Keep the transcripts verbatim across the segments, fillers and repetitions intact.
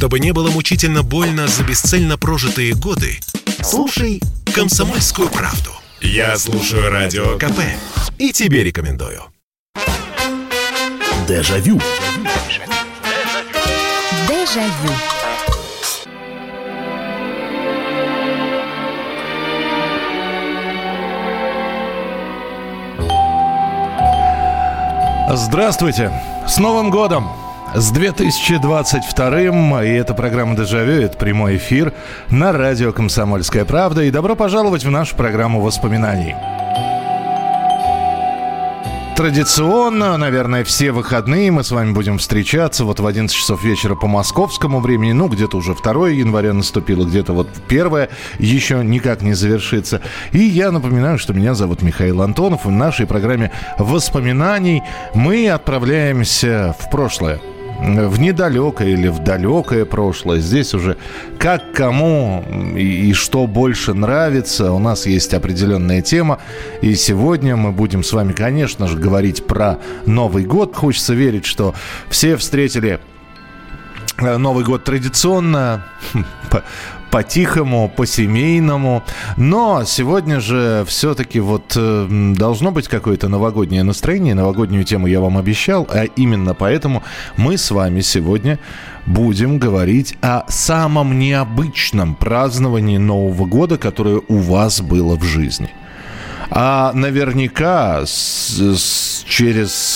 Чтобы не было мучительно больно за бесцельно прожитые годы, слушай «Комсомольскую правду». Я слушаю Радио КП и тебе рекомендую. Дежавю. Дежавю. Здравствуйте! С Новым годом! С две тысячи двадцать вторым, и это программа «Дежавю», это прямой эфир на радио «Комсомольская правда». И добро пожаловать в нашу программу воспоминаний. Традиционно, наверное, все выходные мы с вами будем встречаться вот в одиннадцать часов вечера по московскому времени. Ну, где-то уже второе января наступило, где-то вот первое еще никак не завершится. И я напоминаю, что меня зовут Михаил Антонов. И в нашей программе воспоминаний мы отправляемся в прошлое. В недалекое или в далекое прошлое. Здесь уже как кому и, и что больше нравится. У нас есть определенная тема. И сегодня мы будем с вами, конечно же, говорить про Новый год. Хочется верить, что все встретили Новый год традиционно, по-тихому, по-семейному. Но сегодня же все-таки вот э, должно быть какое-то новогоднее настроение. Новогоднюю тему я вам обещал. А именно поэтому мы с вами сегодня будем говорить о самом необычном праздновании Нового года, которое у вас было в жизни. А наверняка с, с, через...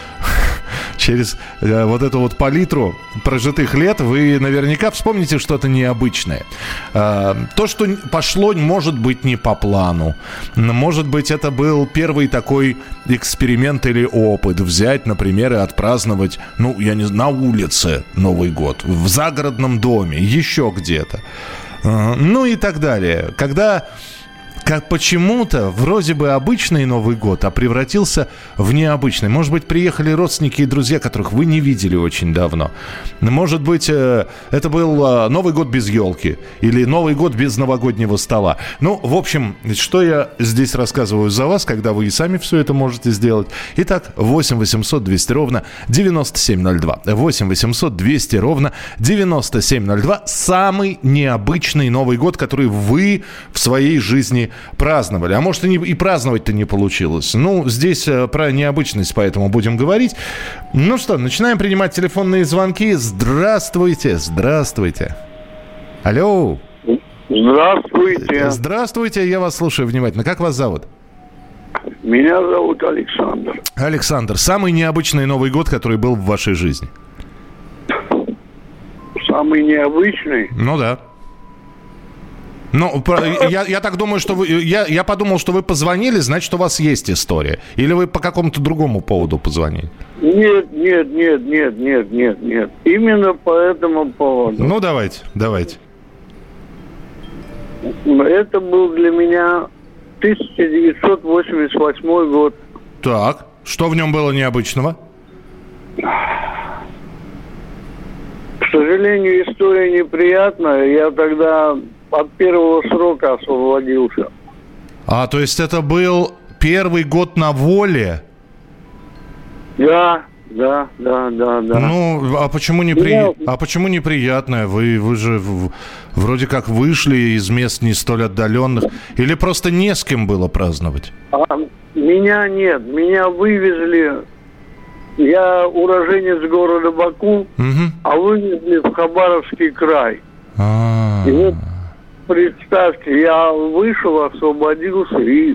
Через э, вот эту вот палитру прожитых лет вы наверняка вспомните что-то необычное. Э, то, что пошло, может быть, не по плану. Может быть, это был первый такой эксперимент или опыт. Взять, например, и отпраздновать, ну, я не знаю, на улице Новый год, в загородном доме, еще где-то. Э, ну и так далее. Когда... Как почему-то вроде бы обычный Новый год, а превратился в необычный. Может быть, приехали родственники и друзья, которых вы не видели очень давно. Может быть, это был Новый год без елки или Новый год без новогоднего стола. Ну, в общем, что я здесь рассказываю за вас, когда вы и сами все это можете сделать. Итак, восемь восемьсот двести ровно девяносто семь ноль два. восемь восемьсот двести ровно девяносто семь ноль два. Самый необычный Новый год, который вы в своей жизни праздновали. А может, и, не, и праздновать-то не получилось. Ну, здесь э, про необычность, поэтому будем говорить. Ну что, начинаем принимать телефонные звонки. Здравствуйте, здравствуйте. Алло. Здравствуйте. Здравствуйте, я вас слушаю внимательно. Как вас зовут? Меня зовут Александр. Александр, самый необычный Новый год, который был в вашей жизни? Самый необычный? Ну да. Ну, я, я так думаю, что вы... Я, я подумал, что вы позвонили, значит, у вас есть история. Или вы по какому-то другому поводу позвонили? Нет, нет, нет, нет, нет, нет, нет. Именно по этому поводу. Ну, давайте, давайте. Это был для меня тысяча девятьсот восемьдесят восьмой год. Так, что в нем было необычного? К сожалению, история неприятная. Я тогда... от первого срока освободился. А, то есть это был первый год на воле? Да, да, да, да, да. Ну, а почему, непри... Я... а почему неприятное? Вы, вы же в... вроде как вышли из мест не столь отдаленных. Или просто не с кем было праздновать? А, меня нет. Меня вывезли... Я уроженец города Баку, угу. А вывезли в Хабаровский край. А-а-а. И вот представьте, я вышел, освободился и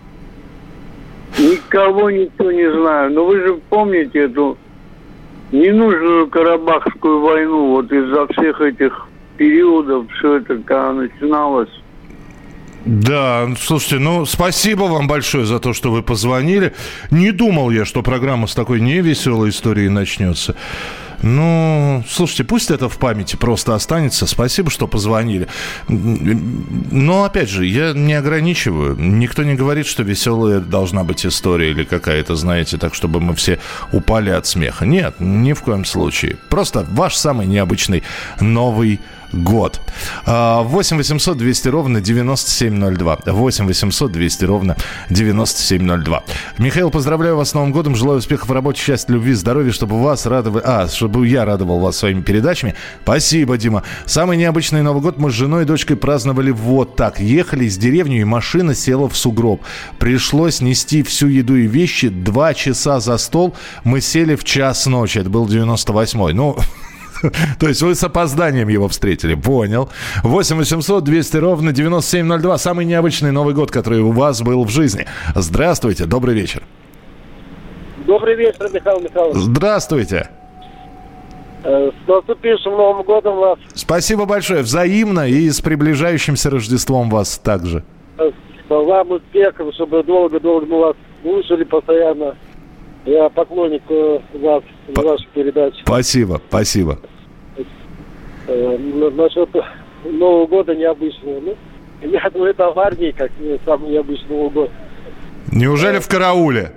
никого ничего не знаю. Но вы же помните эту ненужную Карабахскую войну, вот из-за всех этих периодов, все это когда начиналось. Да, слушайте, ну, спасибо вам большое за то, что вы позвонили. Не думал я, что программа с такой невеселой историей начнется. Ну, слушайте, пусть это в памяти просто останется. Спасибо, что позвонили. Но, опять же, я не ограничиваю. Никто не говорит, что веселая должна быть история или какая-то, знаете, так, чтобы мы все упали от смеха. Нет, ни в коем случае. Просто ваш самый необычный Новый год. восемь восемьсот двести ровно девяносто семь ноль два. восемь восемьсот двести ровно девяносто семь ноль два. Михаил, поздравляю вас с Новым годом. Желаю успехов в работе, счастья, любви, здоровья, чтобы вас радовали... А, чтобы я радовал вас своими передачами. Спасибо, Дима. Самый необычный Новый год мы с женой и дочкой праздновали вот так. Ехали из деревни, и машина села в сугроб. Пришлось нести всю еду и вещи. Два часа за стол. Мы сели в час ночи. Это был девяносто восьмой. Ну... То есть вы с опозданием его встретили. Понял. восемь восемьсот двести ровно девяносто семь ноль два. Самый необычный Новый год, который у вас был в жизни. Здравствуйте. Добрый вечер. Добрый вечер, Михаил Михайлович. Здравствуйте. С наступившим Новым годом вас. Спасибо большое. Взаимно и с приближающимся Рождеством вас также. Вам успехов, чтобы долго-долго мы вас слушали постоянно. Я поклонник вас и П- вашей передачи. Спасибо, спасибо. Э, насчет Нового года необычного. Ну, я думаю, это в армии, как самый необычный Новый год. Неужели в карауле?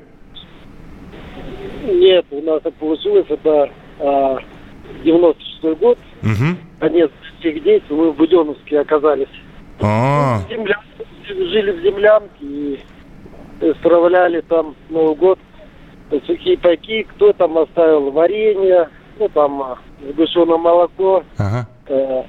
Нет, у нас так получилось. Это а, девяносто шестой год. Угу. Конец всех действий. Мы в Буденновске оказались. А. Земля... Жили в землянке и справляли там Новый год. Сухие пайки, кто там оставил варенье, ну там сгущенное молоко. Ага. Э,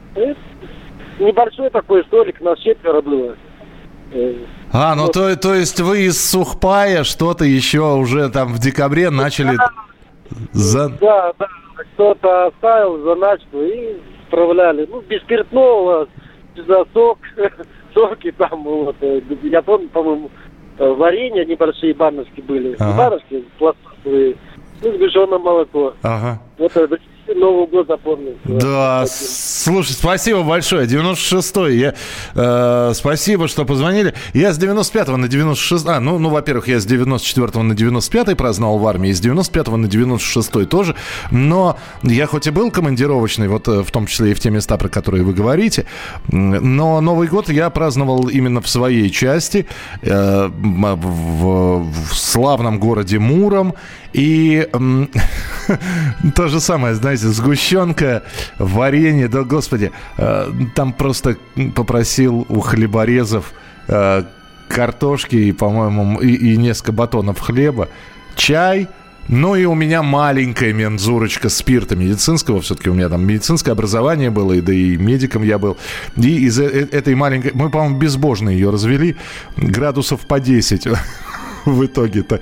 небольшой такой столик, нас четверо было. Э, А, ну вот. то, то есть вы из сухпая что-то еще уже там в декабре начали... За... Да, да, кто-то оставил заначку и справляли. Ну, без спиртного, за сок, соки там, вот. Я помню, по-моему, варенье, небольшие баночки были. Ага. Баночки пластмассовые, ну, сгущенное молоко. Ага. Вот это Новый год запомнил. Да, Вот. слушай, спасибо большое. девяносто шестой. Я, э, спасибо, что позвонили. Я с девяносто пятого на девяносто шестой... А, ну, ну, во-первых, я с девяносто четвертого на девяносто пятый праздновал в армии, и с девяносто пятого на девяносто шестой тоже. Но я хоть и был командировочный, вот в том числе и в те места, про которые вы говорите, но Новый год я праздновал именно в своей части, э, в, в славном городе Муром. И э, то же самое, знаете, сгущенка, варенье, да, господи, э, там просто попросил у хлеборезов э, картошки и, по-моему, и, и несколько батонов хлеба, чай, ну и у меня маленькая мензурочка спирта медицинского, все-таки у меня там медицинское образование было, и да и медиком я был. И из этой маленькой, мы, по-моему, безбожно ее развели, градусов по десять в итоге-то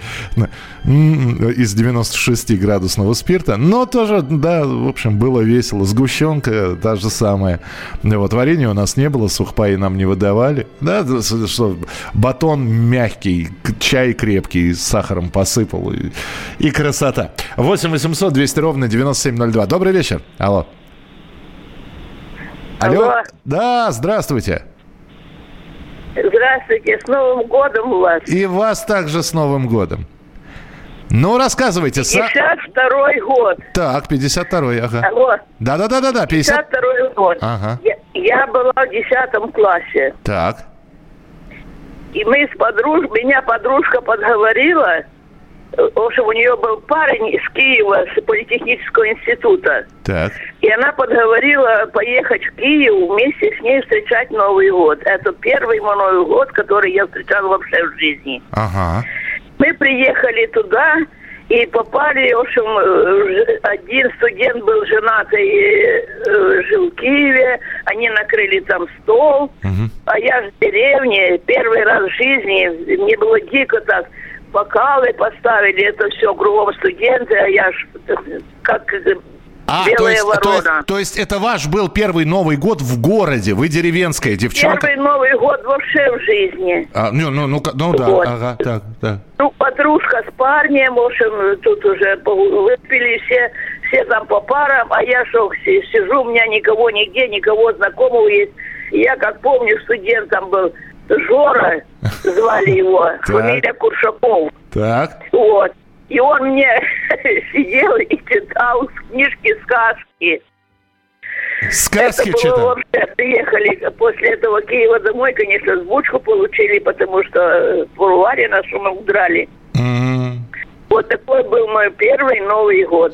из девяносто шесть градусного спирта. Но тоже, да, в общем, было весело. Сгущенка та же самая. Вот, варенья у нас не было, сухпаи нам не выдавали. Да, что, батон мягкий, чай крепкий, с сахаром посыпал. И, и красота. восемь восемьсот двести ровно девяносто семь ноль два. Добрый вечер. Алло. Алло. Алло. Да, здравствуйте. Здравствуйте, с Новым годом у вас. И вас также с Новым годом. Ну, рассказывайте. пятьдесят второй год. Так, пятьдесят второй, ага. Алло. Да-да-да-да, пятьдесят второй год. Ага. Я, я была в десятом классе. Так. И мы с подружкой, меня подружка подговорила, в общем, у нее был парень из Киева, с политехнического института. Так. И она подговорила поехать в Киев вместе с ней встречать Новый год. Это первый мой Новый год, который я встречала вообще в жизни. Ага. Мы приехали туда и попали, в общем, один студент был женатый, жил в Киеве, они накрыли там стол, угу. А я в деревне первый раз в жизни, мне было дико так, бокалы поставили, это все, кругом студенты, а я ж как а, белая то есть, ворона. То есть, то есть это ваш был первый Новый год в городе, вы деревенская девчонка? Первый Новый год вообще в жизни. А, ну, ну, ну, ну да, вот. Ага, так, так. Ну, подружка с парнем, в общем, тут уже выпили все, все там по парам, а я что, сижу, у меня никого нигде, никого знакомого есть. Я, как помню, студент там был Жора, звали его, фамилия Куршаков. Так. Вот. И он мне сидел и читал книжки, сказки. Сказки это читал? Было вообще, приехали после этого Киева домой, конечно, сбучку получили, потому что Пурвари нашу мы удрали. Mm-hmm. Вот такой был мой первый Новый год.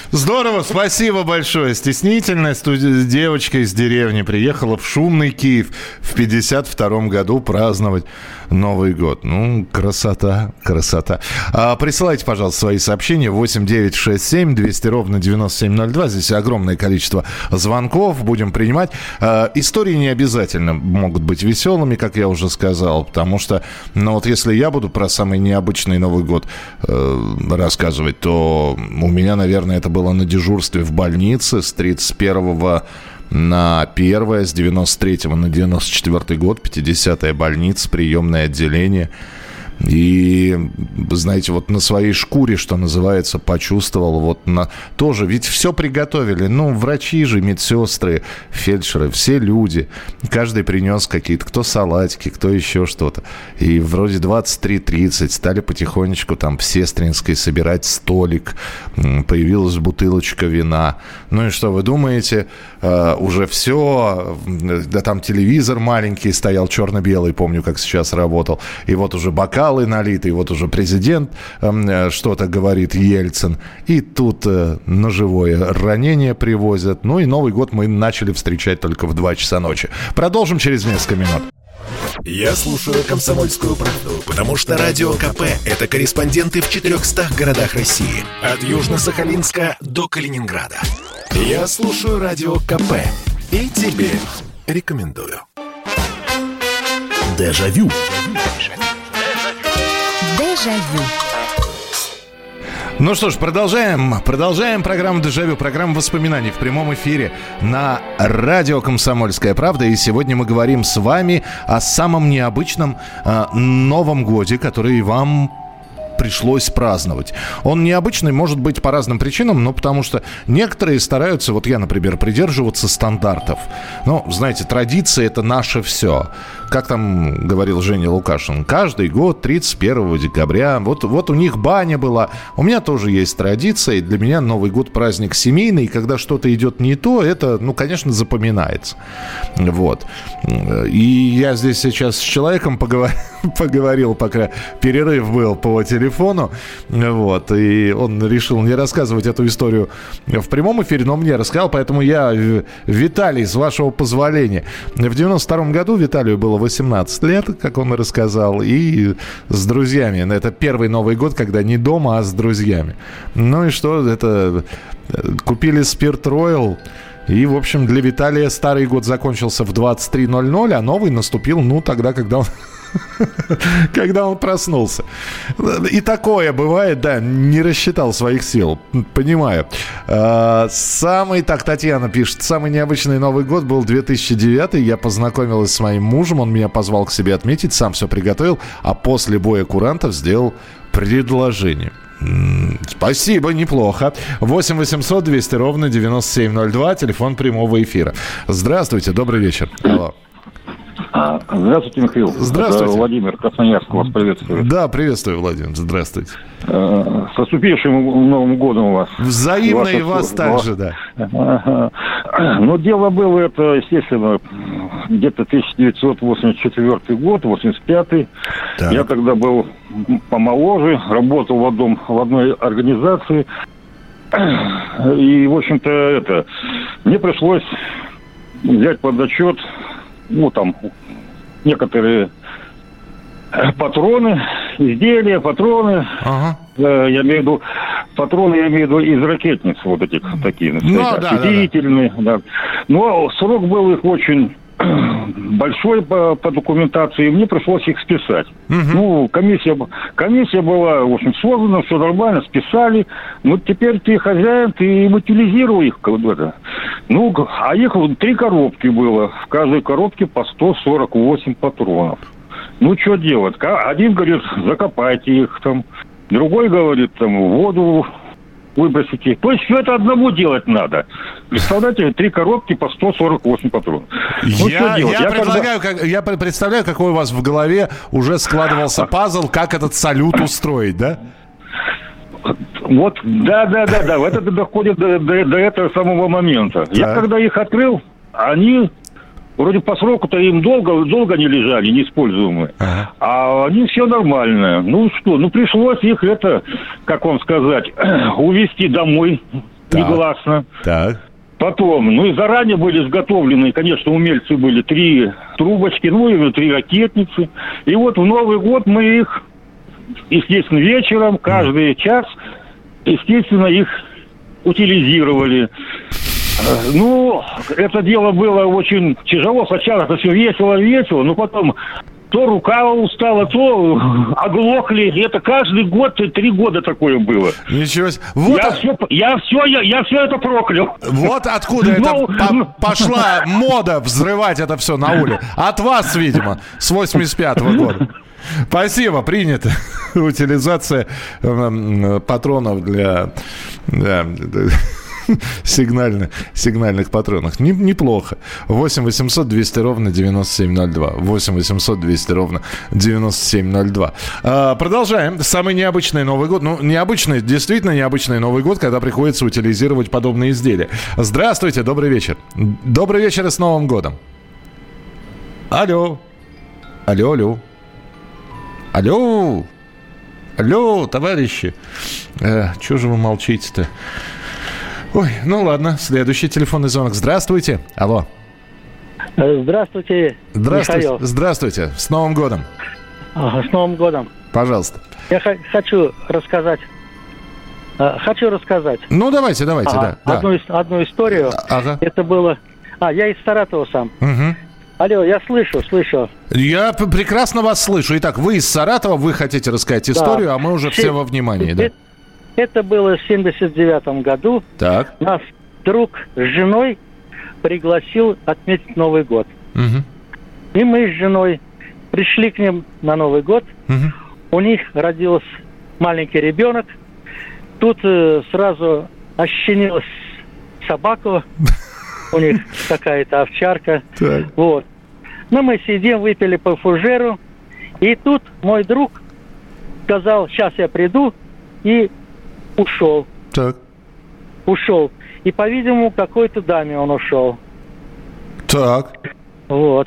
Здорово, спасибо большое. Стеснительная студ... девочка из деревни приехала в шумный Киев в пятьдесят втором году праздновать Новый год. Ну, красота, красота. А, присылайте, пожалуйста, свои сообщения. восемь девятьсот шестьдесят семь двести ровно девяносто семь ноль два. Здесь огромное количество звонков. Будем принимать. А, истории не обязательно могут быть веселыми, как я уже сказал. Потому что, ну вот если я буду про самый необычный Новый год э, рассказывать, то у меня, наверное, это было на дежурстве в больнице с тридцать первого на первое, с девяносто третьего на девяносто четвёртый год, пятидесятая больница, приемное отделение. И, знаете, вот на своей шкуре, что называется, почувствовал вот на... Тоже, ведь все приготовили. Ну, врачи же, медсестры, фельдшеры, все люди. Каждый принес какие-то, кто салатики, кто еще что-то. И вроде двадцать три тридцать стали потихонечку там в Сестринской собирать столик. Появилась бутылочка вина. Ну и что, вы думаете, э, уже все? Да там телевизор маленький стоял, черно-белый, помню, как сейчас работал. И вот уже бокал налитый, вот уже президент э, что-то говорит, Ельцин, и тут э, ножевое ранение привозят. Ну и Новый год мы начали встречать только в два часа ночи. Продолжим через несколько минут. Я слушаю «Комсомольскую правду», потому что Радио КП – это корреспонденты в четырехстах городах России. От Южно-Сахалинска до Калининграда. Я слушаю Радио КП и тебе рекомендую. Дежавю. Дежавю. Ну что ж, продолжаем. Продолжаем программу «Дежавю», программу воспоминаний в прямом эфире на радио «Комсомольская правда». И сегодня мы говорим с вами о самом необычном э, Новом годе, который вам пришлось праздновать. Он необычный, может быть, по разным причинам, но потому что некоторые стараются, вот я, например, придерживаться стандартов. Ну, знаете, традиции – это наше все. Как там говорил Женя Лукашин, каждый год тридцать первого декабря, вот, вот у них баня была. У меня тоже есть традиция, и для меня Новый год праздник семейный, и когда что-то идет не то, это, ну, конечно, запоминается. Вот. И я здесь сейчас с человеком поговор... поговорил, пока перерыв был по телефону, вот, и он решил не рассказывать эту историю в прямом эфире, но мне рассказал, поэтому я, Виталий, с вашего позволения. В девяносто втором году Виталию было восемнадцать лет, как он и рассказал, и с друзьями. Это первый Новый год, когда не дома, а с друзьями. Ну и что, это купили спирт Роял. И, в общем, для Виталия старый год закончился в двадцать три ноль ноль, а новый наступил, ну, тогда, когда он... когда он проснулся. И такое бывает, да, не рассчитал своих сил. Понимаю. Самый, так, Татьяна пишет, самый необычный Новый год был две тысячи девятый. Я познакомилась с моим мужем, он меня позвал к себе отметить, сам все приготовил, а после боя курантов сделал предложение. Спасибо, неплохо. восемь восемьсот двести ровно девяносто семь ноль два, телефон прямого эфира. Здравствуйте, добрый вечер. Алло. Здравствуйте, Михаил. Здравствуйте. Это Владимир Красноярск вас приветствует. Да, приветствую, Владимир. Здравствуйте. С наступившим Новым годом у вас. Взаимно Ваша и вас служба. также, да. Но дело было это, естественно, где-то тысяча девятьсот восемьдесят четвёртый год, восемьдесят пятый. Так. Я тогда был помоложе, работал в, одном, в одной организации. И, в общем-то, это мне пришлось взять под отчет, ну, там, некоторые патроны, изделия, патроны. Ага. Э, я имею в виду, патроны, я имею в виду из ракетниц, вот этих, такие, ну, осветительные. Да, да. Да. Но срок был их очень большой по, по документации, и мне пришлось их списать. Угу. Ну, комиссия, комиссия была, в общем, создана, все нормально, списали. Ну, теперь ты хозяин, ты утилизируй их. Ну, а их три коробки было. В каждой коробке по сто сорок восемь патронов. Ну, что делать? Один говорит, закопайте их там. Другой говорит, там, воду выбросите. То есть все это одному делать надо. Представляете, три коробки по сто сорок восемь патронов. Ну, я, я, я, предлагаю, когда... как, я представляю, какой у вас в голове уже складывался пазл, как этот салют устроить, да? Вот, да-да-да, вот это доходит до, до, до этого самого момента. Так. Я когда их открыл, они... Вроде по сроку-то им долго, долго не лежали, неиспользуемые. Ага. А они все нормальные. Ну что, ну пришлось их это, как вам сказать, увезти домой так. негласно. Так. Потом, ну и заранее были изготовлены, конечно, умельцы были три трубочки, ну и три ракетницы. И вот в Новый год мы их, естественно, вечером, каждый час, естественно, их утилизировали. Ну, это дело было очень тяжело. Сначала это все весело-весело, но потом то рука устала, то оглохли. Это каждый год, три года такое было. Ничего себе. Вот я, от... все, я, все, я, я все это проклял. Вот откуда это по- пошла мода взрывать это все на улице. От вас, видимо, с восемьдесят пятого года. Спасибо, принято. Утилизация э, патронов для... для... Сигнально, сигнальных патронах. Не, неплохо. восемь восемьсот двести ровно девяносто семь ноль два. восемь восемьсот двести ровно девяносто семь ноль два. А, продолжаем. Самый необычный Новый год. Ну, необычный, действительно необычный Новый год, когда приходится утилизировать подобные изделия. Здравствуйте, добрый вечер. Добрый вечер и с Новым годом. Алло. Алло, алло. Алло. Алло, товарищи. Э, чего же вы молчите-то? Ой, ну ладно, следующий телефонный звонок. Здравствуйте. Алло. Здравствуйте, Здравствуйте. Михаил. Здравствуйте. С Новым годом. Ага, с Новым годом. Пожалуйста. Я х- хочу рассказать. Э, хочу рассказать. Ну, давайте, давайте, ага, да. Одну, да. одну историю. Ага. Это было... А, я из Саратова сам. Угу. Алло, я слышу, слышу. Я п- прекрасно вас слышу. Итак, вы из Саратова, вы хотите рассказать историю, да. А мы уже все, все во внимании, да. Это было в семьдесят девятом году. Так. Нас друг с женой пригласил отметить Новый год. Угу. И мы с женой пришли к ним на Новый год. Угу. У них родился маленький ребенок. Тут э, сразу ощенилась собака. У них какая-то овчарка. Так. Вот. Ну, мы сидим, выпили по фужеру. И тут мой друг сказал, сейчас я приду. И ушел. Так. Ушел. И, по-видимому, какой-то даме он ушел. Так. Вот.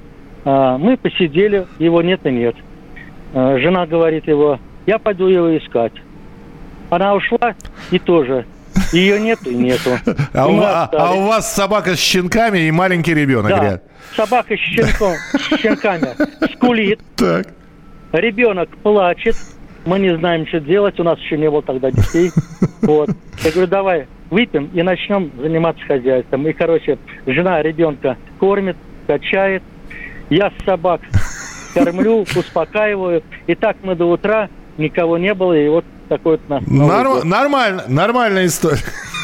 А, мы посидели, его нет и нет. А, жена говорит его, я пойду его искать. Она ушла и тоже. Ее нету и нету. А, и у, а, а у вас собака с щенками и маленький ребенок, да, говорят. Собака с, щенком, с щенками скулит. Так. Ребенок плачет. Мы не знаем, что делать. У нас еще не было тогда детей. Вот. Я говорю, давай выпьем и начнем заниматься хозяйством. И, короче, жена ребенка кормит, качает. Я собак кормлю, успокаиваю. И так мы до утра, никого не было. И вот такой вот... Норм, нормально, нормальная история.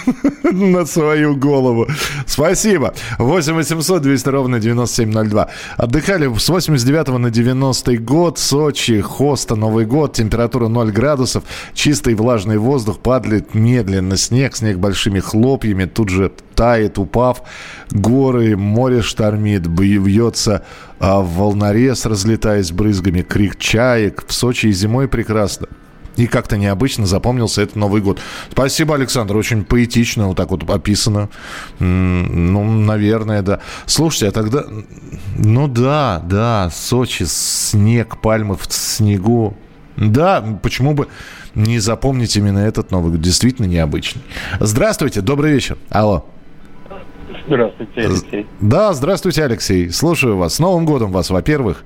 На свою голову. Спасибо. восемь восемьсот двести ровно девяносто семь ноль два. Отдыхали с восемьдесят девятого на девяностый год. Сочи, Хоста, Новый год. Температура ноль градусов. Чистый влажный воздух. Падает медленно снег. Снег большими хлопьями. Тут же тает, упав. Горы, море штормит. Вьется а волнорез, разлетаясь брызгами. Крик чаек. В Сочи и зимой прекрасно. И как-то необычно запомнился этот Новый год. Спасибо, Александр. Очень поэтично вот так вот описано. Ну, наверное, да. Слушайте, а тогда... Ну да, да, Сочи, снег, пальмы в снегу. Да, почему бы не запомнить именно этот Новый год? Действительно необычный. Здравствуйте, добрый вечер. Алло. Здравствуйте, Алексей. Да, здравствуйте, Алексей. Слушаю вас. С Новым годом вас, во-первых.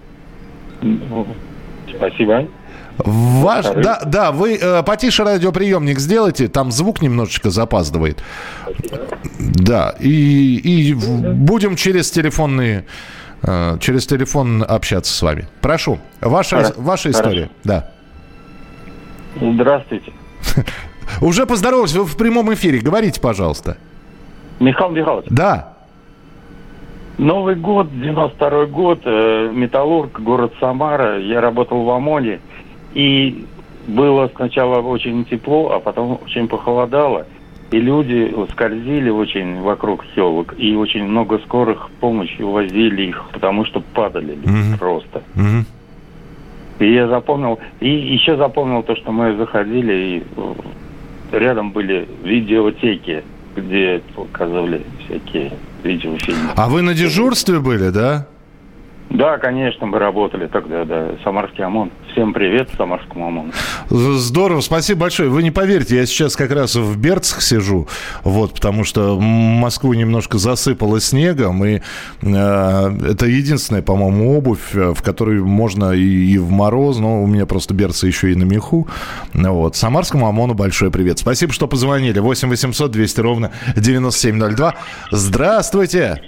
Спасибо. Ваш, да, да, вы э, потише радиоприемник сделайте, там звук немножечко запаздывает. Да, и, и будем через телефонные, э, через телефон общаться с вами. Прошу, ваша, Хорошо. ваша история. Да. Здравствуйте. Уже поздоровались, вы в прямом эфире, говорите, пожалуйста. Михаил Михайлович. Да. Новый год, девяносто второй год, э, Металлург, город Самара, я работал в ОМОНе. И было сначала очень тепло, а потом очень похолодало. И люди скользили очень вокруг селок. И очень много скорых помощи увозили их, потому что падали Mm-hmm. просто. Mm-hmm. И я запомнил, и еще запомнил то, что мы заходили, и рядом были видеотеки, где показывали всякие видеофильмы. А вы на дежурстве были, да? Да, конечно, мы работали тогда, да, Самарский ОМОН. Всем привет, Самарскому ОМОНу. Здорово, спасибо большое. Вы не поверите, я сейчас как раз в Бердске сижу, вот, потому что Москву немножко засыпало снегом, и э, это единственная, по-моему, обувь, в которой можно и, и в мороз, но у меня просто берцы еще и на меху. Вот. Самарскому ОМОНу большой привет. Спасибо, что позвонили. восемь восемьсот двести ровно девяносто семь ноль два. Здравствуйте!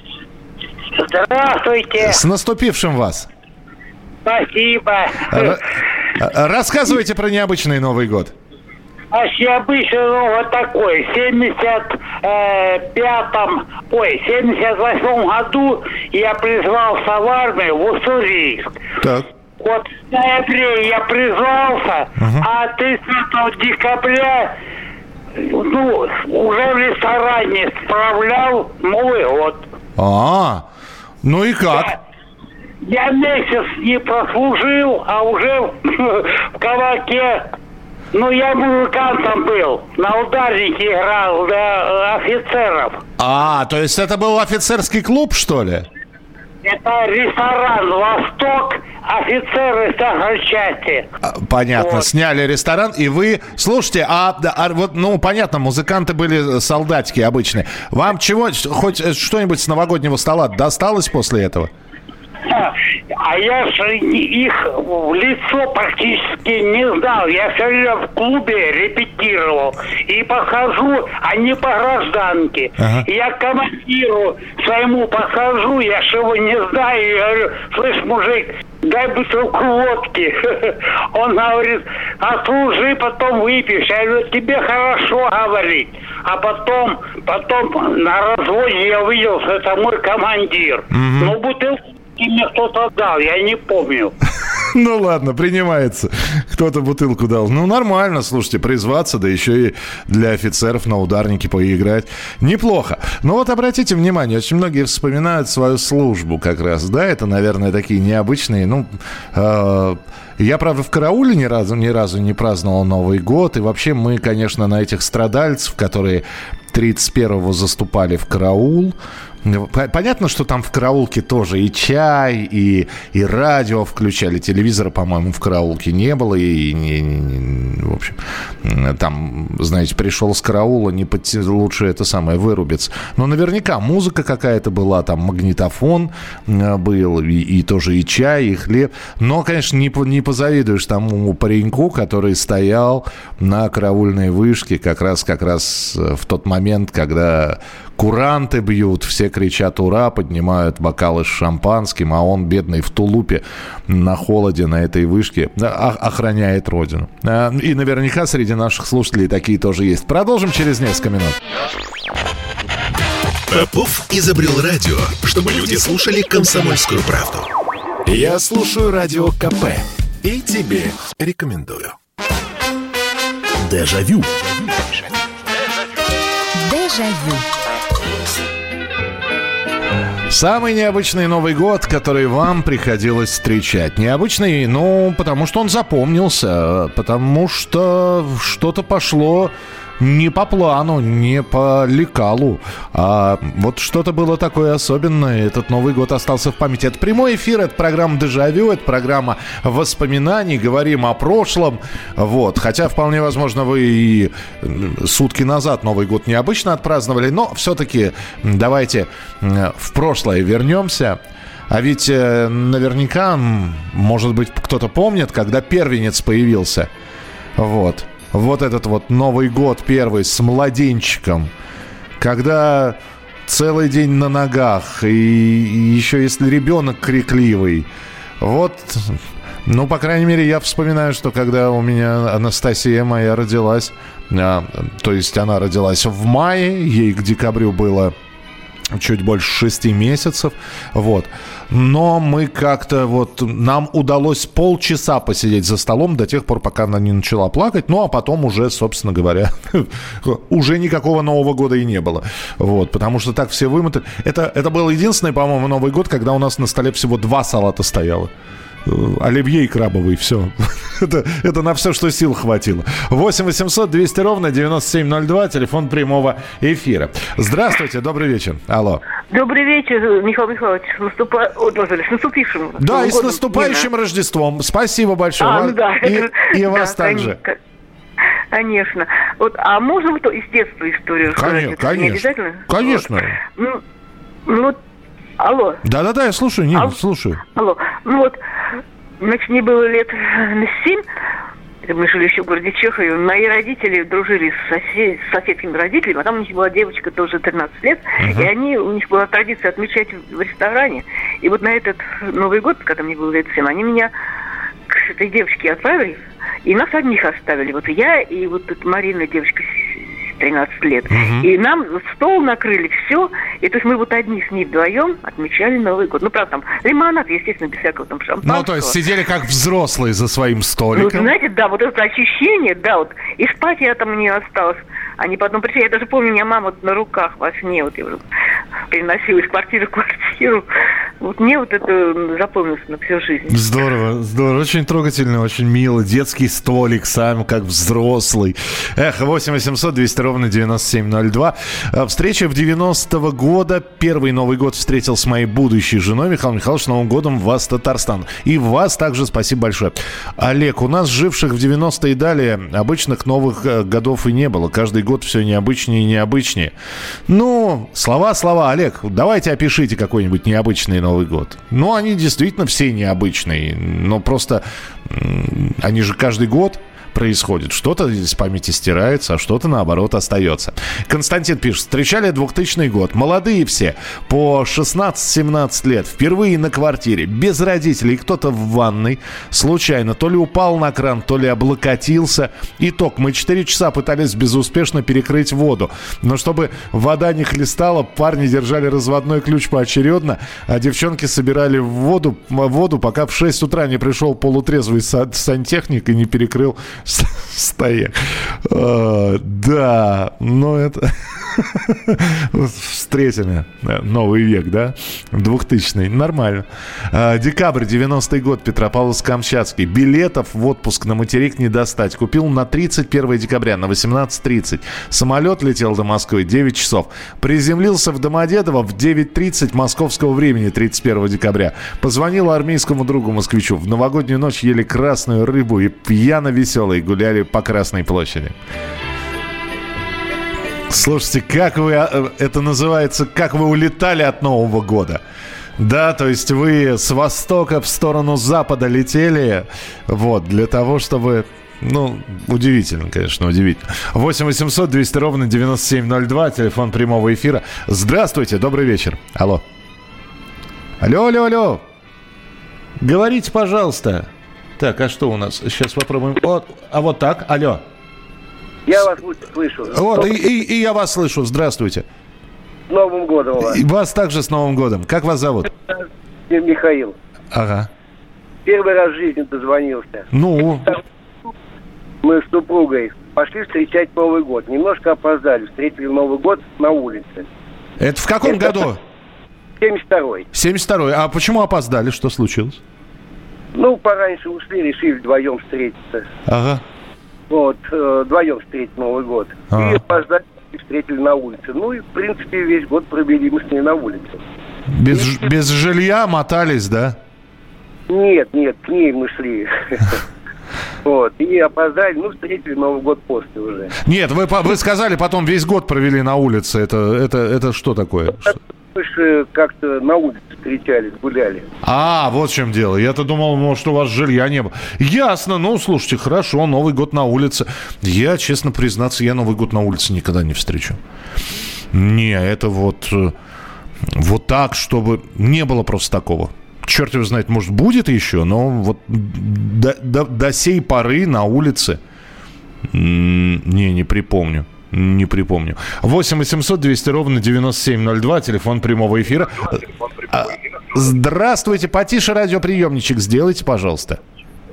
Здравствуйте. С наступившим вас. Спасибо. Р- рассказывайте про необычный Новый год. А необычный Новый год такой. В семьдесят пятом, ой, в семьдесят восьмом году я призвался в армию в Уссурийск. Так. Вот в ноябре я призвался, uh-huh. а тридцатого декабря ну, уже в ресторане справлял Новый год. А, ну и как? Я, я месяц не прослужил, а уже в кабаке. Ну, я музыкантом был. На ударнике играл для офицеров. А, то есть это был офицерский клуб, что ли? Это ресторан «Восток», офицеры стахарчасти. Понятно, вот. Сняли ресторан, и вы... Слушайте, а, а вот, ну, понятно, музыканты были солдатские обычные. Вам чего, хоть что-нибудь с новогоднего стола досталось после этого? А я же их в лицо практически не знал. Я все время в клубе репетировал. И подхожу, они по гражданке. Ага. Я к командиру своему подхожу, я же его не знаю. И говорю: слышь, мужик, дай бутылку водки. Он говорит: отслужи, потом выпьешь. Я говорю: тебе хорошо говорить. А потом, потом на разводе я увидел, что это мой командир. Угу. Ну, бутылку мне кто-то дал, я не помню. Ну ладно, принимается. Кто-то бутылку дал. Ну нормально, слушайте, призваться, да еще и для офицеров на ударнике поиграть. Неплохо. Но вот обратите внимание, очень многие вспоминают свою службу как раз. Да, это, наверное, такие необычные. Ну, э, я, правда, в карауле ни разу, ни разу не праздновал Новый год. И вообще мы, конечно, на этих страдальцев, которые тридцать первого заступали в караул. Понятно, что там в караулке тоже и чай, и, и радио включали. Телевизора, по-моему, в караулке не было. И, не, не, не, в общем, там, знаете, пришел с караула, не под... лучше это самое вырубиться. Но наверняка музыка какая-то была, там магнитофон был, и, и тоже и чай, и хлеб. Но, конечно, не, не позавидуешь тому пареньку, который стоял на караульной вышке как раз, как раз в тот момент, когда куранты бьют, все кричат «Ура!», поднимают бокалы с шампанским, а он, бедный, в тулупе на холоде на этой вышке охраняет родину. И наверняка среди наших слушателей такие тоже есть. Продолжим через несколько минут. Попов изобрел радио, чтобы люди слушали «Комсомольскую правду». Я слушаю радио КП и тебе рекомендую. Дежавю. Дежавю. Самый необычный Новый год, который вам приходилось встречать. Необычный, ну, потому что он запомнился, потому что что-то пошло не по плану, не по лекалу, а вот что-то было такое особенное. Этот Новый год остался в памяти. Это прямой эфир, это программа «Дежавю», это программа воспоминаний, говорим о прошлом. Вот. Хотя, вполне возможно, вы и сутки назад Новый год необычно отпраздновали, но все-таки давайте в прошлое вернемся. А ведь наверняка, может быть, кто-то помнит, когда первенец появился. Вот. Вот этот вот Новый год первый с младенчиком, когда целый день на ногах, и, и еще если ребенок крикливый. Вот, ну, по крайней мере, я вспоминаю, что когда у меня Анастасия моя родилась, а, то есть она родилась в мае, ей к декабрю было чуть больше шести месяцев, вот. Но мы как-то вот, нам удалось полчаса посидеть за столом до тех пор, пока она не начала плакать, ну, а потом уже, собственно говоря, уже никакого Нового года и не было, вот, потому что так все вымотали. Это, это был единственный, по-моему, Новый год, когда у нас на столе всего два салата стояло. оливье и крабовый, все. это, это на все, что сил хватило. восемь восемьсот двести ровно девяносто семь ноль два, телефон прямого эфира. Здравствуйте, добрый вечер. Алло. Добрый вечер, Михаил Михайлович. С, наступа... О, с наступившим. Да, и с наступающим Дина. Рождеством. Спасибо большое. А, ну да, и это... и да, вас также. Конечно. Вот, а можно вот из детства историю конечно, рассказать? Конечно, не обязательно? Конечно. Вот. Ну, ну вот, алло. Да-да-да, я слушаю, Нина, алло. слушаю. Алло. Ну вот, значит, мне было лет семь. Мы жили еще в городе Чехове. Мои родители дружили с, сосед... с соседскими родителями, а там у них была девочка тоже тринадцать лет, uh-huh. и они, у них была традиция отмечать в ресторане. И вот на этот Новый год, когда мне было лет семь, они меня к этой девочке отправили, и нас одних оставили. Вот я и вот эта Марина, девочка тринадцать лет. Uh-huh. И нам стол накрыли, все. И то есть мы вот одни с ней вдвоем отмечали Новый год. Ну, правда, там лимонад, естественно, без всякого там шампанского. Ну, то есть сидели как взрослые за своим столиком. Ну, знаете, да, вот это ощущение, да, вот. И спать я там не осталась. Они потом пришли, я даже помню, у меня мама вот на руках во сне, вот я уже переносила из квартиры в квартиру. Вот мне вот это запомнилось на всю жизнь. Здорово, здорово, очень трогательно, очень мило. Детский столик сам, как взрослый. Эх, восемь восемьсот двести ровно девяносто семь ноль два. Встреча в девяностого года. Первый Новый год встретил с моей будущей женой. Михаил Михайлович, с Новым годом вас, Татарстан. И вас также спасибо большое. Олег, у нас, живших в девяностые и далее, обычных новых годов и не было. Каждый год все необычнее и необычнее. Ну, слова, слова. Олег, давайте опишите какой-нибудь необычный Новый год. Ну, они действительно все необычные. Но просто они же каждый год происходит. Что-то из памяти стирается, а что-то, наоборот, остается. Константин пишет. Встречали двухтысячный год. Молодые все. По шестнадцать-семнадцать лет. Впервые на квартире. Без родителей. Кто-то в ванной. Случайно. То ли упал на кран, то ли облокотился. Итог. Мы четыре часа пытались безуспешно перекрыть воду. Но чтобы вода не хлестала, парни держали разводной ключ поочередно, а девчонки собирали воду, воду пока в шесть утра не пришел полутрезвый сантехник и не перекрыл стояк. А, да, но это... Встретили новый век, да? Двухтысячный. Нормально. А, декабрь, девяностый год, Петропавловск-Камчатский. Билетов в отпуск на материк не достать. Купил на тридцать первое декабря, на восемнадцать тридцать. Самолет летел до Москвы девять часов. Приземлился в Домодедово в девять тридцать московского времени, тридцать первого декабря. Позвонил армейскому другу-москвичу. В новогоднюю ночь ели красную рыбу и пьяно-веселые гуляли по Красной площади. Слушайте, как вы, это называется, как вы улетали от Нового года. Да, то есть вы с востока в сторону запада летели, вот, для того, чтобы... Ну, удивительно, конечно, удивительно. восемь восемьсот двести ровно девяносто семь ноль два, телефон прямого эфира. Здравствуйте, добрый вечер. Алло. Алло, алло, алло. Говорите, пожалуйста. Так, а что у нас? Сейчас попробуем. Вот, а вот так, алло. Я вас слышу. Вот, и, и, и я вас слышу. Здравствуйте. С Новым годом вас. И вас также с Новым годом. Как вас зовут? Михаил. Ага. Первый раз в жизни дозвонился. Ну? Мы с супругой пошли встречать Новый год. Немножко опоздали. Встретили Новый год на улице. Это в каком Это году? семьдесят второй. семьдесят второй. А почему опоздали? Что случилось? Ну, пораньше ушли, решили вдвоем встретиться. Ага. Вот, э, вдвоем встретить Новый год. А-а. И опоздали, встретили на улице. Ну и, в принципе, весь год провели мы с ней на улице. Без, и... без жилья мотались, да? Нет, нет, к ней мы шли. Вот, и опоздали, ну, встретили Новый год после уже. Нет, вы, вы сказали, потом весь год провели на улице. Это, это, это что такое? Мы же как-то на улице встречались, гуляли. А, вот в чем дело. Я-то думал, может, у вас жилья не было. Ясно. Ну, слушайте, хорошо, Новый год на улице. Я, честно признаться, я Новый год на улице никогда не встречу. Не, это вот... Вот так, чтобы... Не было просто такого. Черт его знает, может, будет еще, но вот до, до, до сей поры на улице... Не, не припомню. Не припомню. восемь восемьсот двести ровно девяносто семь ноль два, телефон прямого эфира. Здравствуйте, потише радиоприемничек сделайте, пожалуйста.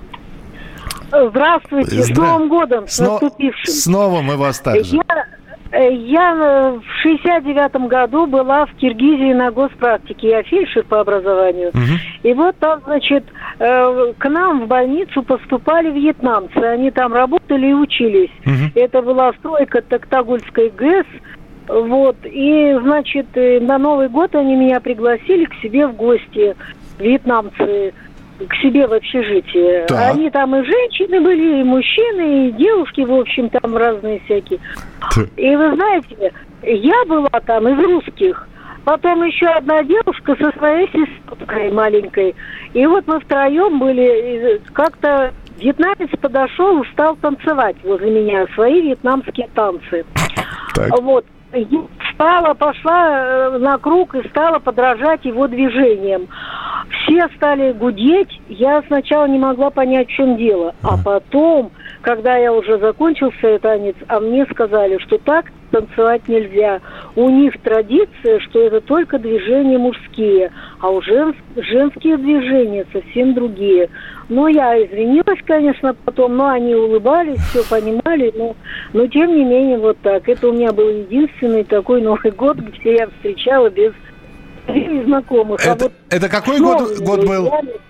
Здравствуйте, Здра... с Новым годом, с, с наступившим. С новым и вас также. Я, Я в шестьдесят девятом году была в Киргизии на госпрактике. Я фельдшер по образованию. Uh-huh. И вот там, значит, к нам в больницу поступали вьетнамцы. Они там работали и учились. Uh-huh. Это была стройка Токтагульской ГЭС. Вот. И, значит, на Новый год они меня пригласили к себе в гости. Вьетнамцы к себе в общежитие. Да. Они там и женщины были, и мужчины, и девушки, в общем, там разные всякие. Да. И вы знаете, я была там из русских, потом еще одна девушка со своей сестрой маленькой. И вот мы втроем были, как-то вьетнамец подошел и стал танцевать возле меня свои вьетнамские танцы. Так. Вот. Я встала, пошла на круг и стала подражать его движениям. Все стали гудеть, я сначала не могла понять, в чем дело. А потом, когда я уже закончился этот танец, а мне сказали, что так танцевать нельзя. У них традиция, что это только движения мужские, а у жен... женские движения совсем другие. Ну, я извинилась, конечно, потом, но они улыбались, все понимали, но, но тем не менее вот так. Это у меня был единственный такой Новый год, где я встречала без знакомых. Это, а вот это какой год, год был?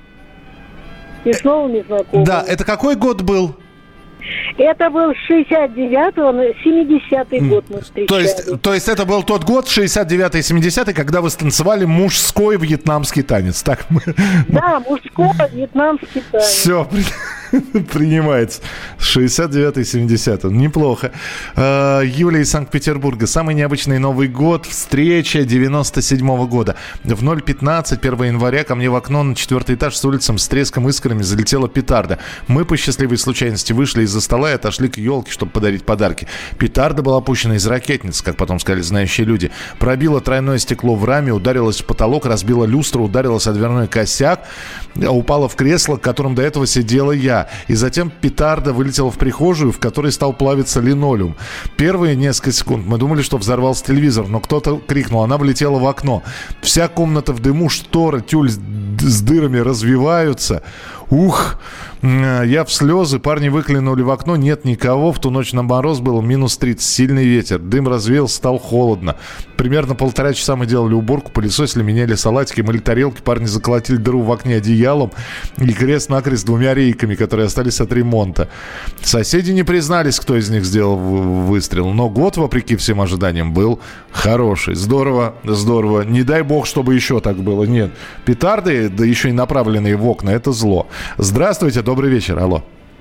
И с новыми знакомыми. Да, это какой год был? Это был с шестьдесят девятого на семидесятый mm. год мы встречали. То есть, то есть это был тот год, шестьдесят девятый и семидесятый, когда вы станцевали мужской вьетнамский танец, так? Да, мужской вьетнамский танец. Все, принимается. шестьдесят девятый семидесятый. Неплохо. Юлия из Санкт-Петербурга. Самый необычный Новый год. Встреча девяносто седьмого года. В ноль пятнадцать первого января ко мне в окно на четвертый этаж с улицем с треском искрами залетела петарда. Мы по счастливой случайности вышли из-за стола и отошли к елке, чтобы подарить подарки. Петарда была пущена из ракетницы, как потом сказали знающие люди. Пробила тройное стекло в раме, ударилась в потолок, разбила люстру, ударилась о дверной косяк, упала в кресло, в котором до этого сидела я. И затем петарда вылетела в прихожую, в которой стал плавиться линолеум. Первые несколько секунд мы думали, что взорвался телевизор, но кто-то крикнул, она влетела в окно. Вся комната в дыму, шторы, тюль с дырами развиваются. Ух, я в слезы, парни выглянули в окно, нет никого. В ту ночь на мороз было минус тридцать, сильный ветер. Дым развеялся, стало холодно. Примерно полтора часа мы делали уборку, пылесосили, меняли салатики, мыли тарелки. Парни заколотили дыру в окне одеялом и крест-накрест двумя рейками, которые остались от ремонта. Соседи не признались, кто из них сделал выстрел. Но год, вопреки всем ожиданиям, был хороший. Здорово, здорово. Не дай бог, чтобы еще так было. Нет. Петарды, да еще и направленные в окна, это зло. Здравствуйте, добрый вечер, алло.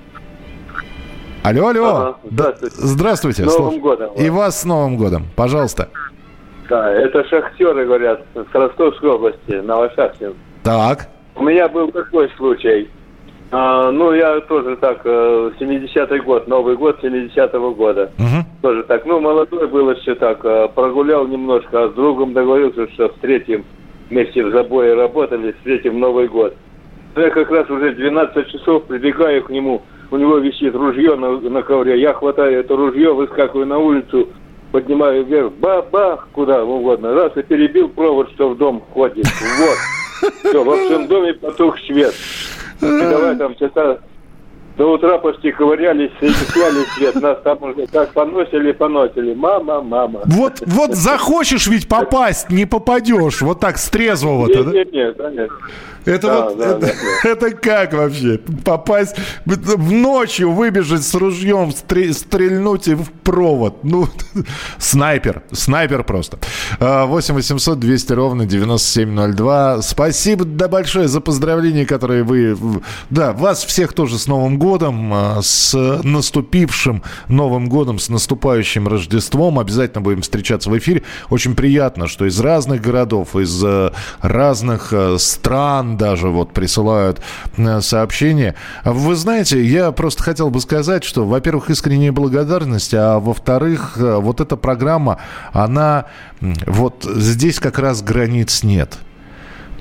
Алло, алло. Ага, здравствуйте. Здравствуйте. С Новым годом. И вас с Новым годом, пожалуйста. Да, это шахтеры, говорят, с Ростовской области, Новошахтинск. Так. У меня был такой случай. А, ну, я тоже так, семидесятый год, Новый год семидесятого года. Угу. Тоже так, ну, молодой был еще так, прогулял немножко, а с другом договорился, что встретим, вместе в забое работали, встретим Новый год. Я как раз уже двенадцать часов прибегаю к нему, у него висит ружье на, на ковре, я хватаю это ружье, выскакиваю на улицу, поднимаю вверх, бах-бах, куда угодно, раз и перебил провод, что в дом ходит, вот. Все, во всем доме потух свет. И давай там часа до утра почти ковырялись, сняли свет, нас там уже так поносили, поносили, мама, мама. Вот, вот захочешь ведь попасть, не попадешь, вот так с трезвого-то, да? Нет, нет, конечно. Это да, вот, да, это, да, да. Это как вообще? Попасть, в ночью выбежать с ружьем, стрельнуть в провод. Ну, снайпер, снайпер просто. восемь восемьсот двести ровно девяносто семь ноль два. Спасибо да большое за поздравления, которые вы... Да, вас всех тоже с Новым годом, с наступившим Новым годом, с наступающим Рождеством. Обязательно будем встречаться в эфире. Очень приятно, что из разных городов, из разных стран даже вот присылают сообщения. Вы знаете, я просто хотел бы сказать, что, во-первых, искренняя благодарность, а во-вторых, вот эта программа, она вот здесь как раз границ нет.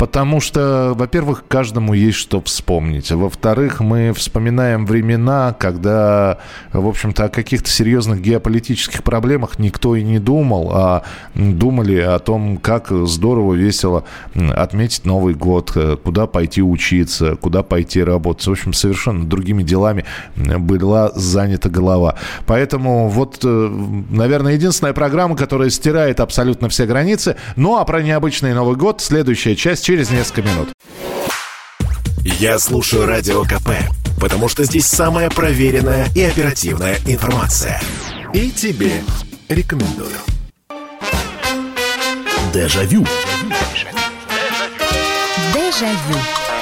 Потому что, во-первых, каждому есть что вспомнить. Во-вторых, мы вспоминаем времена, когда, в общем-то, о каких-то серьезных геополитических проблемах никто и не думал, а думали о том, как здорово, весело отметить Новый год, куда пойти учиться, куда пойти работать. В общем, совершенно другими делами была занята голова. Поэтому вот, наверное, единственная программа, которая стирает абсолютно все границы. Ну, а про необычный Новый год следующая часть через несколько минут. Я слушаю Радио КП, потому что здесь самая проверенная и оперативная информация. И тебе рекомендую. Дежавю. Дежавю.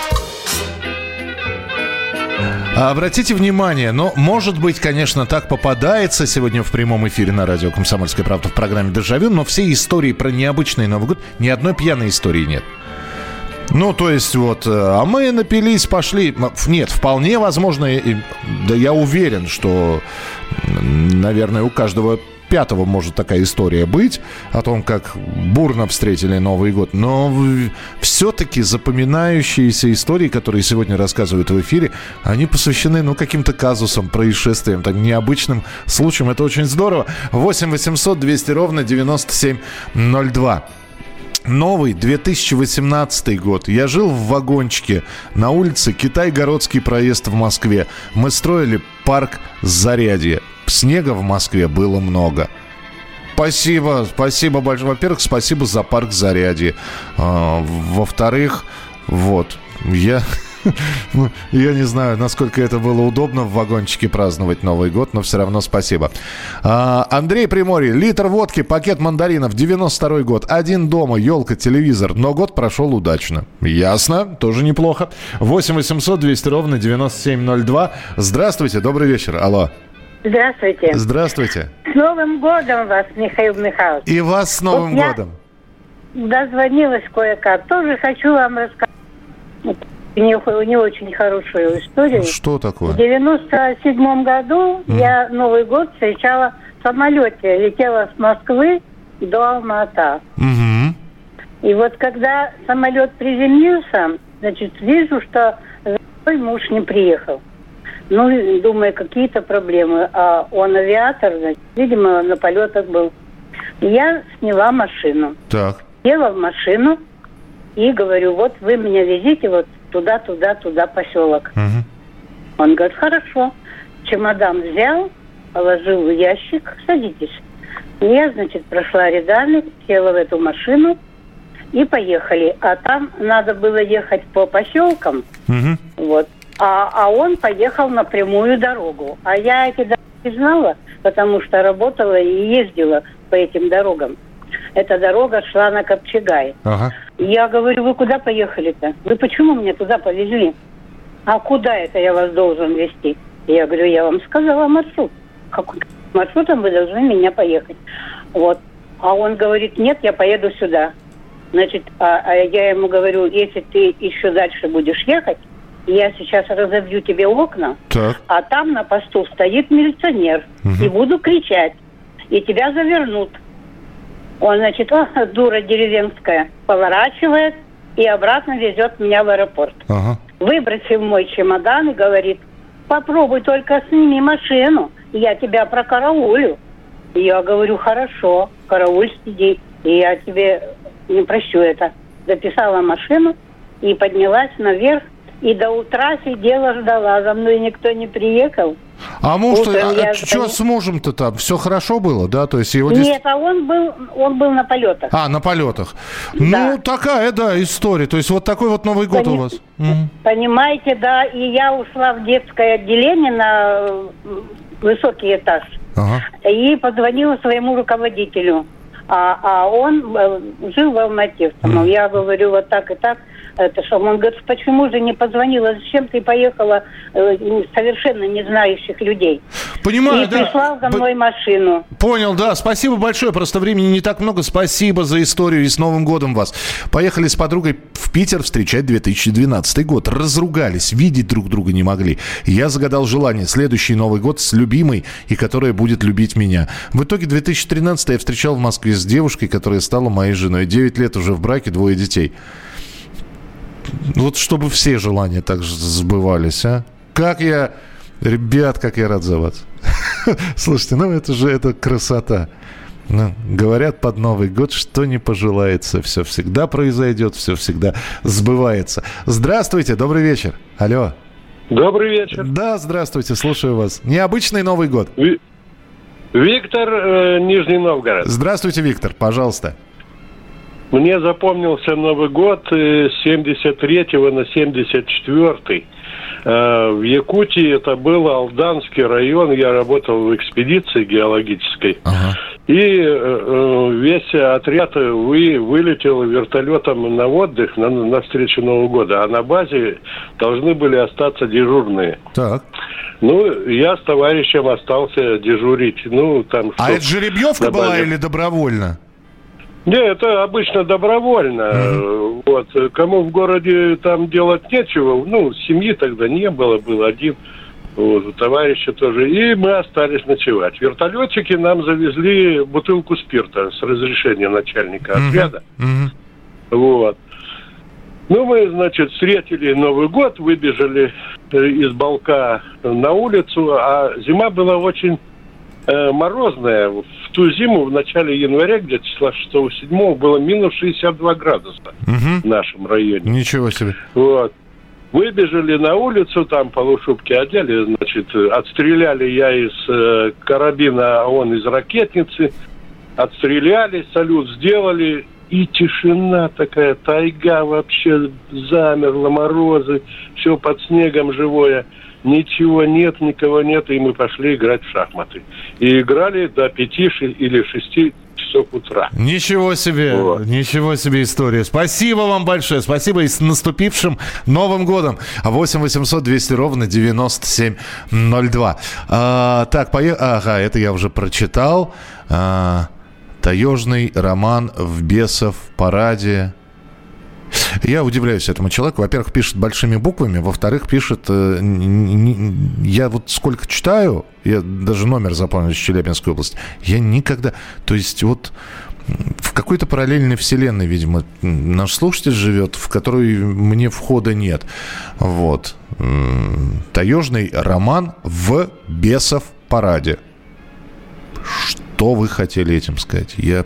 Обратите внимание, но, может быть, конечно, так попадается сегодня в прямом эфире на радио «Комсомольская правда» в программе «Дежавю», но все истории про необычный Новый год, ни одной пьяной истории нет. Ну, то есть, вот, а мы напились, пошли. Нет, вполне возможно, да я уверен, что, наверное, у каждого пятого может такая история быть о том, как бурно встретили Новый год. Но все-таки запоминающиеся истории, которые сегодня рассказывают в эфире, они посвящены, ну, каким-то казусам, происшествиям, так, необычным случаям. Это очень здорово. восемь восемьсот двести ровно девяносто семь ноль два. Новый две тысячи восемнадцатый год. Я жил в вагончике на улице Китай-Городский проезд в Москве. Мы строили парк Зарядье. Снега в Москве было много. Спасибо, спасибо большое. Во-первых, спасибо за парк Зарядье. А, во-вторых, вот, я... Я не знаю, насколько это было удобно в вагончике праздновать Новый год, но все равно спасибо. А, Андрей Приморье. Литр водки, пакет мандаринов, девяносто второй год. Один дома, елка, телевизор. Но год прошел удачно. Ясно, тоже неплохо. восемь восемьсот двести ровно девяносто семь ноль два. Здравствуйте, добрый вечер. Алло. Здравствуйте. Здравствуйте. С Новым годом вас, Михаил Михайлович. И вас с Новым вот годом. Я дозвонилась кое-как. Тоже хочу вам рассказать не, не очень хорошую историю. Что такое? В девяносто седьмом году mm. я Новый год встречала в самолете. Летела с Москвы до Алматы. Mm-hmm. И вот когда самолет приземлился, значит, вижу, что мой муж не приехал. Ну, думаю, какие-то проблемы. А он авиатор, значит, видимо, на полетах был. И я сняла машину. Так. Села в машину и говорю, вот вы меня везите вот туда, туда, туда, поселок. Угу. Он говорит, хорошо. Чемодан взял, положил в ящик, садитесь. И я, значит, прошла рядами, села в эту машину и поехали. А там надо было ехать по поселкам. Угу. Вот. А, а он поехал на прямую дорогу. А я эти дороги знала, потому что работала и ездила по этим дорогам. Эта дорога шла на Копчегай. Ага. Я говорю, вы куда поехали-то? Вы почему меня туда повезли? А куда это я вас должен везти? Я говорю, я вам сказала маршрут. Какой маршрутом вы должны меня поехать? Вот. А он говорит, нет, я поеду сюда. Значит, а, а я ему говорю, если ты еще дальше будешь ехать, я сейчас разобью тебе окна, так. А там на посту стоит милиционер. Угу. И буду кричать. И тебя завернут. Он, значит, о, дура деревенская, поворачивает и обратно везет меня в аэропорт. Ага. Выбросил мой чемодан и говорит, попробуй только сними машину, я тебя прокараулю. И я говорю, хорошо, карауль сиди, и я тебе не прощу это. Записала машину и поднялась наверх. И до утра сидела, ждала. За мной никто не приехал. А муж, а, а что звоню... с мужем-то там? Все хорошо было, да? То есть его Нет, здесь... а он был, он был на полетах. А, на полетах. Да. Ну, такая, да, история. То есть вот такой вот Новый год Пони... у вас. Понимаете, да. И я ушла в детское отделение на высокий этаж. Ага. И позвонила своему руководителю. А, а он жил в Алмате. Mm. Я говорю, вот так и так. Это что? Он говорит, почему же не позвонила? Зачем ты поехала э, совершенно не знающих людей? Понимаю, и да. прислал за мной машину. Понял, да. Спасибо большое. Просто времени не так много. Спасибо за историю и с Новым годом вас. Поехали с подругой в Питер встречать две тысячи двенадцатый год. Разругались, видеть друг друга не могли. Я загадал желание. Следующий Новый год с любимой и которая будет любить меня. В итоге две тысячи тринадцатый я встречал в Москве с девушкой, которая стала моей женой. Девять лет уже в браке, двое детей. Вот чтобы все желания так же сбывались, а? Как я... Ребят, как я рад за вас. Слушайте, ну это же это красота. Ну, говорят, под Новый год, что не пожелается, все всегда произойдет, все всегда сбывается. Здравствуйте, добрый вечер. Алло. Добрый вечер. Да, здравствуйте, слушаю вас. Необычный Новый год. Ви- Виктор, э, Нижний Новгород. Здравствуйте, Виктор, пожалуйста. Мне запомнился Новый год с семьдесят третьего на семьдесят четвёртый. В Якутии это был Алданский район. Я работал в экспедиции геологической. Ага. И весь отряд вы, вылетел вертолетом на отдых на, на встречу Нового года. А на базе должны были остаться дежурные. Так. Ну, я с товарищем остался дежурить. Ну, там, а это жеребьевка была или добровольно? Не, это обычно добровольно. Mm-hmm. Вот. Кому в городе там делать нечего, ну, семьи тогда не было, был один, вот, товарища тоже. И мы остались ночевать. Вертолетчики нам завезли бутылку спирта с разрешения начальника отряда. Mm-hmm. Вот. Ну, мы, значит, встретили Новый год, выбежали из балка на улицу, а зима была очень э, морозная. В ту зиму, в начале января, где-то числа шестого-седьмого, было минус шестьдесят два градуса угу. в нашем районе. Ничего себе. Вот. Выбежали на улицу, там полушубки одели, значит, отстреляли я из э, карабина, а он из ракетницы. Отстреляли, салют сделали, и тишина такая, тайга вообще замерла, морозы, все под снегом живое. Ничего нет, никого нет, и мы пошли играть в шахматы. И играли до пяти или шести часов утра. Ничего себе, вот. Ничего себе история. Спасибо вам большое, спасибо и с наступившим Новым годом. восемь восемьсот двести ровно девяносто семь ноль два. А, так, поехали. Ага, это я уже прочитал. А, таежный роман в Бесов параде. Я удивляюсь этому человеку. Во-первых, пишет большими буквами. Во-вторых, пишет... Э, не, не, я вот сколько читаю, я даже номер запомнил из Челябинской области, я никогда... То есть вот в какой-то параллельной вселенной, видимо, наш слушатель живет, в которой мне входа нет. Вот. Таежный роман в Бесов параде. Что вы хотели этим сказать? Я...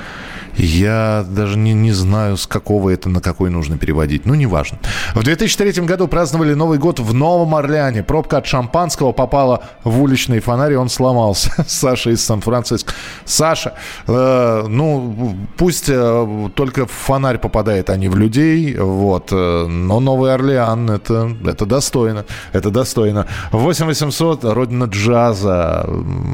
Я даже не, не знаю, с какого это на какой нужно переводить. Ну, неважно. В две тысячи третьем году праздновали Новый год в Новом Орлеане. Пробка от шампанского попала в уличный фонарь, и он сломался. Саша из Сан-Франциско. Саша, э, ну, пусть э, только в фонарь попадает, а не в людей. Вот. Но Новый Орлеан, это, это достойно. Это достойно. восемь восемьсот, родина джаза,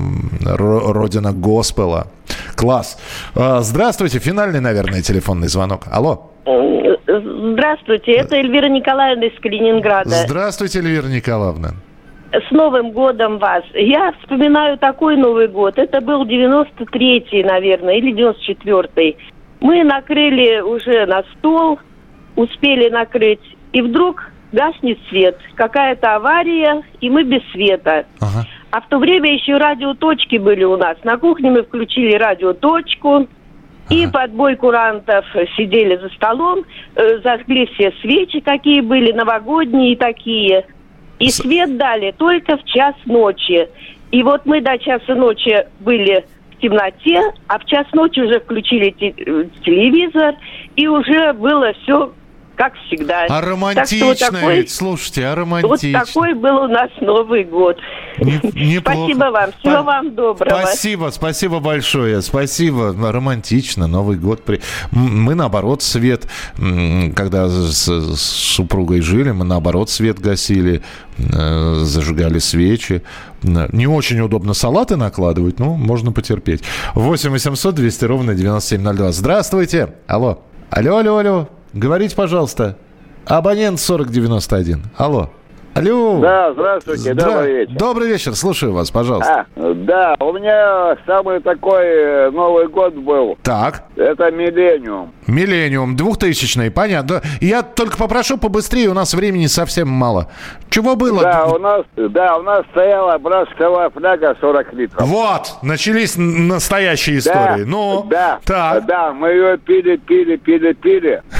родина госпела. Класс. Здравствуйте. Финальный, наверное, телефонный звонок. Алло. Здравствуйте. Это Эльвира Николаевна из Калининграда. Здравствуйте, Эльвира Николаевна. С Новым годом вас. Я вспоминаю такой Новый год. Это был девяносто третий, наверное, или девяносто четвёртый. Мы накрыли уже на стол, успели накрыть, и вдруг гаснет свет. Какая-то авария, и мы без света. Ага. А в то время еще радиоточки были у нас. На кухне мы включили радиоточку, ага. и под бой курантов сидели за столом, э, зажгли все свечи, какие были, новогодние такие. И свет дали только в час ночи. И вот мы до часа ночи были в темноте, а в час ночи уже включили те- телевизор, и уже было все... как всегда. А романтично, вот такой, слушайте, а романтично. Вот такой был у нас Новый год. Не, спасибо вам, всего По- вам доброго. Спасибо, спасибо большое, спасибо. Романтично, Новый год. При... Мы, наоборот, свет, когда с, с супругой жили, мы, наоборот, свет гасили, зажигали свечи. Не очень удобно салаты накладывать, но можно потерпеть. восемь восемьсот двести ровно девяносто семь ноль два. Здравствуйте. Алло. Алло, алло, алло. Говорите, пожалуйста. Абонент сорок девяносто один. Алло. Алло. Да, здравствуйте, Здра... добрый вечер. Добрый вечер, слушаю вас, пожалуйста. А, да, у меня самый такой Новый год был. Так. Это «Миллениум». «Миллениум», двухтысячный, понятно. Я только попрошу побыстрее, у нас времени совсем мало. Чего было? Да, у нас, да, у нас стояла братская фляга сорок литров. Вот, начались настоящие истории. Да, ну, да, так. да, мы ее пили, пили, пили, пили.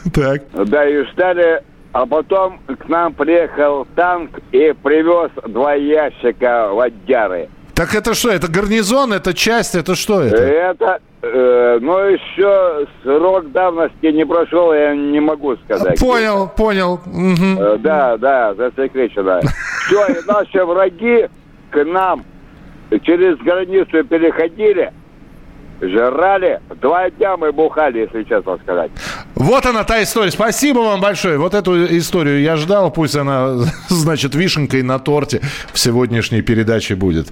Так. Да, и ждали, а потом к нам приехал танк и привез два ящика водяры. Так это что, это гарнизон, это часть, это что это? Это, э, ну, еще срок давности не прошел, я не могу сказать. Понял, понял. Угу. Э, да, да, засекречено. Все, и наши враги к нам через границу переходили, жрали, два дня мы бухали, если честно сказать. Вот она, та история. Спасибо вам большое. Вот эту историю я ждал. Пусть она, значит, вишенкой на торте в сегодняшней передаче будет.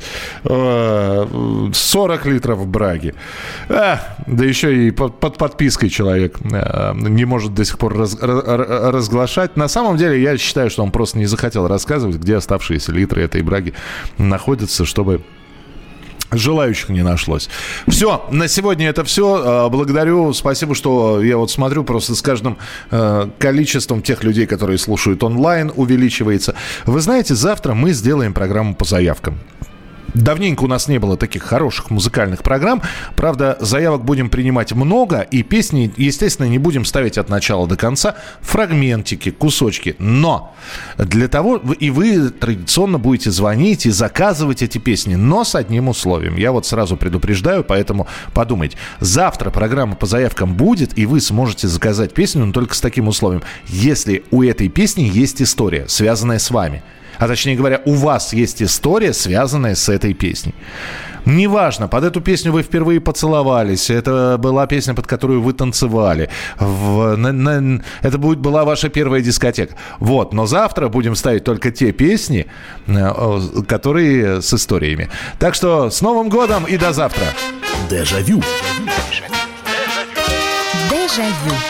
сорок литров браги. А, да еще и под, под подпиской человек не может до сих пор раз, разглашать. На самом деле, я считаю, что он просто не захотел рассказывать, где оставшиеся литры этой браги находятся, чтобы... желающих не нашлось. Все, на сегодня это все. Благодарю, спасибо, что я вот смотрю, просто с каждым э, количеством тех людей, которые слушают онлайн, увеличивается. Вы знаете, завтра мы сделаем программу по заявкам. Давненько у нас не было таких хороших музыкальных программ. Правда, заявок будем принимать много, и песни, естественно, не будем ставить от начала до конца. Фрагментики, кусочки. Но для того, и вы традиционно будете звонить и заказывать эти песни, но с одним условием. Я вот сразу предупреждаю, поэтому подумайте. Завтра программа по заявкам будет, и вы сможете заказать песню, но только с таким условием. Если у этой песни есть история, связанная с вами. А точнее говоря, у вас есть история, связанная с этой песней. Неважно, под эту песню вы впервые поцеловались, это была песня, под которую вы танцевали, в, на, на, это будет, была ваша первая дискотека. Вот, но завтра будем ставить только те песни, которые с историями. Так что с Новым годом и до завтра. Дежавю. Дежавю.